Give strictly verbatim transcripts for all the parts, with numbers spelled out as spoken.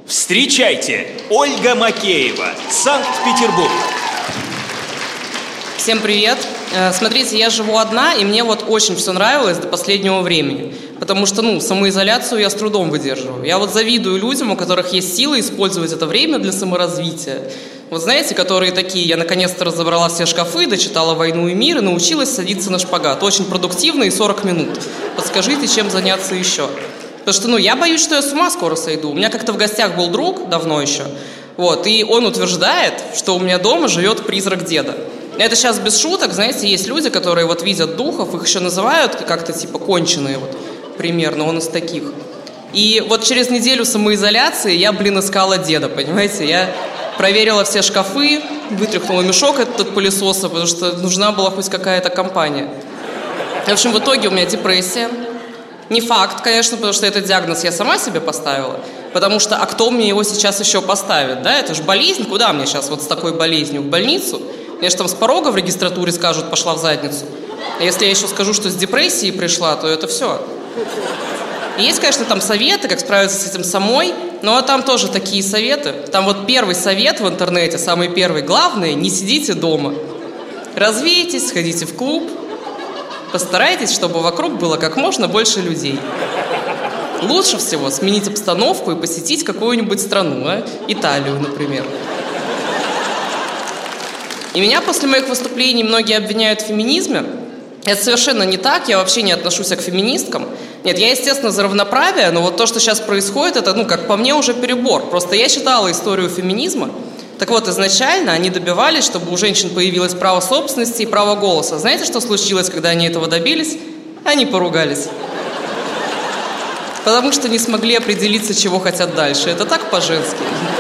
Встречайте, Ольга Макеева, Санкт-Петербург. Всем привет. Смотрите, я живу одна, и мне вот очень все нравилось до последнего времени. Потому что, ну, самоизоляцию я с трудом выдерживаю. Я вот завидую людям, у которых есть силы использовать это время для саморазвития. Вот знаете, которые такие: я наконец-то разобрала все шкафы, дочитала «Войну и мир» и научилась садиться на шпагат. Очень продуктивно и сорок минут. Подскажите, чем заняться еще? Потому что, ну, я боюсь, что я с ума скоро сойду. У меня как-то в гостях был друг, давно еще, вот, и он утверждает, что у меня дома живет призрак деда. Это сейчас без шуток, знаете, есть люди, которые вот видят духов, их еще называют как-то типа конченые, вот, примерно, он из таких. И вот через неделю самоизоляции я, блин, искала деда, понимаете, я проверила все шкафы, вытряхнула мешок этот от пылесоса, потому что нужна была хоть какая-то компания. В общем, в итоге у меня депрессия. Не факт, конечно, потому что этот диагноз я сама себе поставила, потому что, а кто мне его сейчас еще поставит, да, это же болезнь, куда мне сейчас вот с такой болезнью, в больницу? Мне же там с порога в регистратуре скажут: пошла в задницу. А если я еще скажу, что с депрессией пришла, то это все. И есть, конечно, там советы, как справиться с этим самой, но там тоже такие советы. Там вот первый совет в интернете, самый первый, главное: не сидите дома. Развейтесь, сходите в клуб. Постарайтесь, чтобы вокруг было как можно больше людей. Лучше всего сменить обстановку и посетить какую-нибудь страну, а? Италию, например. И меня после моих выступлений многие обвиняют в феминизме. Это совершенно не так, я вообще не отношусь к феминисткам. Нет, я, естественно, за равноправие, но вот то, что сейчас происходит, это, ну, как по мне, уже перебор. Просто я читала историю феминизма. Так вот, изначально они добивались, чтобы у женщин появилось право собственности и право голоса. Знаете, что случилось, когда они этого добились? Они поругались. Потому что не смогли определиться, чего хотят дальше. Это так по-женски.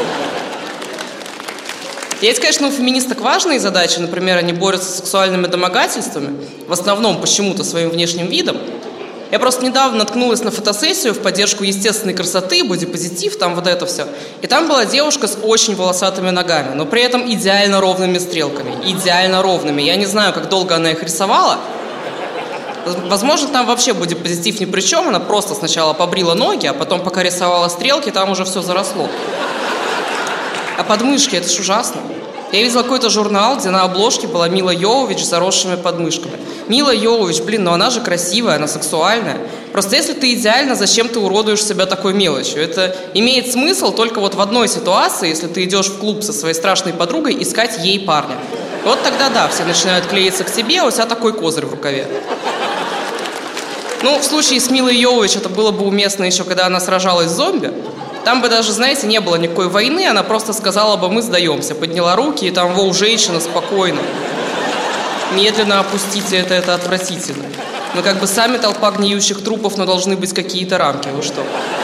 Есть, конечно, у феминисток важные задачи. Например, они борются с сексуальными домогательствами. В основном почему-то своим внешним видом. Я просто недавно наткнулась на фотосессию в поддержку естественной красоты, бодипозитив, там вот это все. И там была девушка с очень волосатыми ногами, но при этом идеально ровными стрелками. Идеально ровными. Я не знаю, как долго она их рисовала. Возможно, там вообще бодипозитив ни при чем. Она просто сначала побрила ноги, а потом, пока рисовала стрелки, там уже все заросло. А подмышки — это ж ужасно. Я видела какой-то журнал, где на обложке была Мила Йовович с заросшими подмышками. Мила Йовович, блин, ну она же красивая, она сексуальная. Просто если ты идеально, зачем ты уродуешь себя такой мелочью? Это имеет смысл только вот в одной ситуации, если ты идешь в клуб со своей страшной подругой искать ей парня. Вот тогда да, все начинают клеиться к тебе, а у тебя такой козырь в рукаве. Ну, в случае с Милой Йовович это было бы уместно еще, когда она сражалась с зомби. Там бы даже, знаете, не было никакой войны, она просто сказала бы: мы сдаемся, подняла руки, и там: воу, женщина, спокойно. Медленно опустите это, это отвратительно. Мы как бы сами толпа гниющих трупов, но должны быть какие-то рамки, вы что?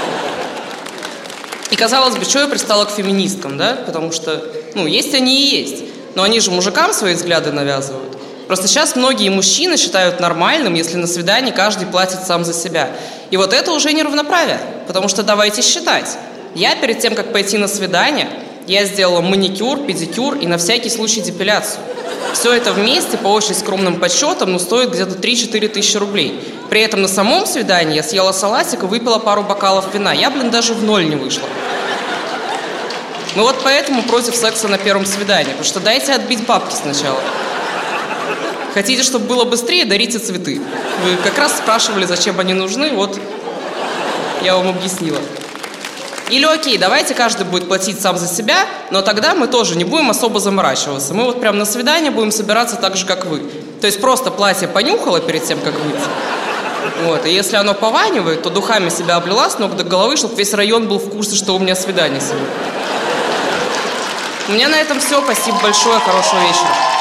И казалось бы, что я пристала к феминисткам, да? Потому что, ну, есть они и есть. Но они же мужикам свои взгляды навязывают. Просто сейчас многие мужчины считают нормальным, если на свидании каждый платит сам за себя. И вот это уже неравноправие. Потому что давайте считать. Я перед тем, как пойти на свидание, я сделала маникюр, педикюр и на всякий случай депиляцию. Все это вместе, по очень скромным подсчетам, ну, стоит где-то три-четыре тысячи рублей. При этом на самом свидании я съела салатик и выпила пару бокалов вина. Я, блин, даже в ноль не вышла. Мы вот поэтому против секса на первом свидании. Потому что дайте отбить бабки сначала. Хотите, чтобы было быстрее, дарите цветы. Вы как раз спрашивали, зачем они нужны, вот я вам объяснила. Или окей, давайте каждый будет платить сам за себя, но тогда мы тоже не будем особо заморачиваться. Мы вот прям на свидание будем собираться так же, как вы. То есть просто платье понюхала перед тем, как выйти. Вот. И если оно пованивает, то духами себя облила с ног до головы, чтобы весь район был в курсе, что у меня свидание сегодня. У меня на этом все. Спасибо большое. Хорошего вечера.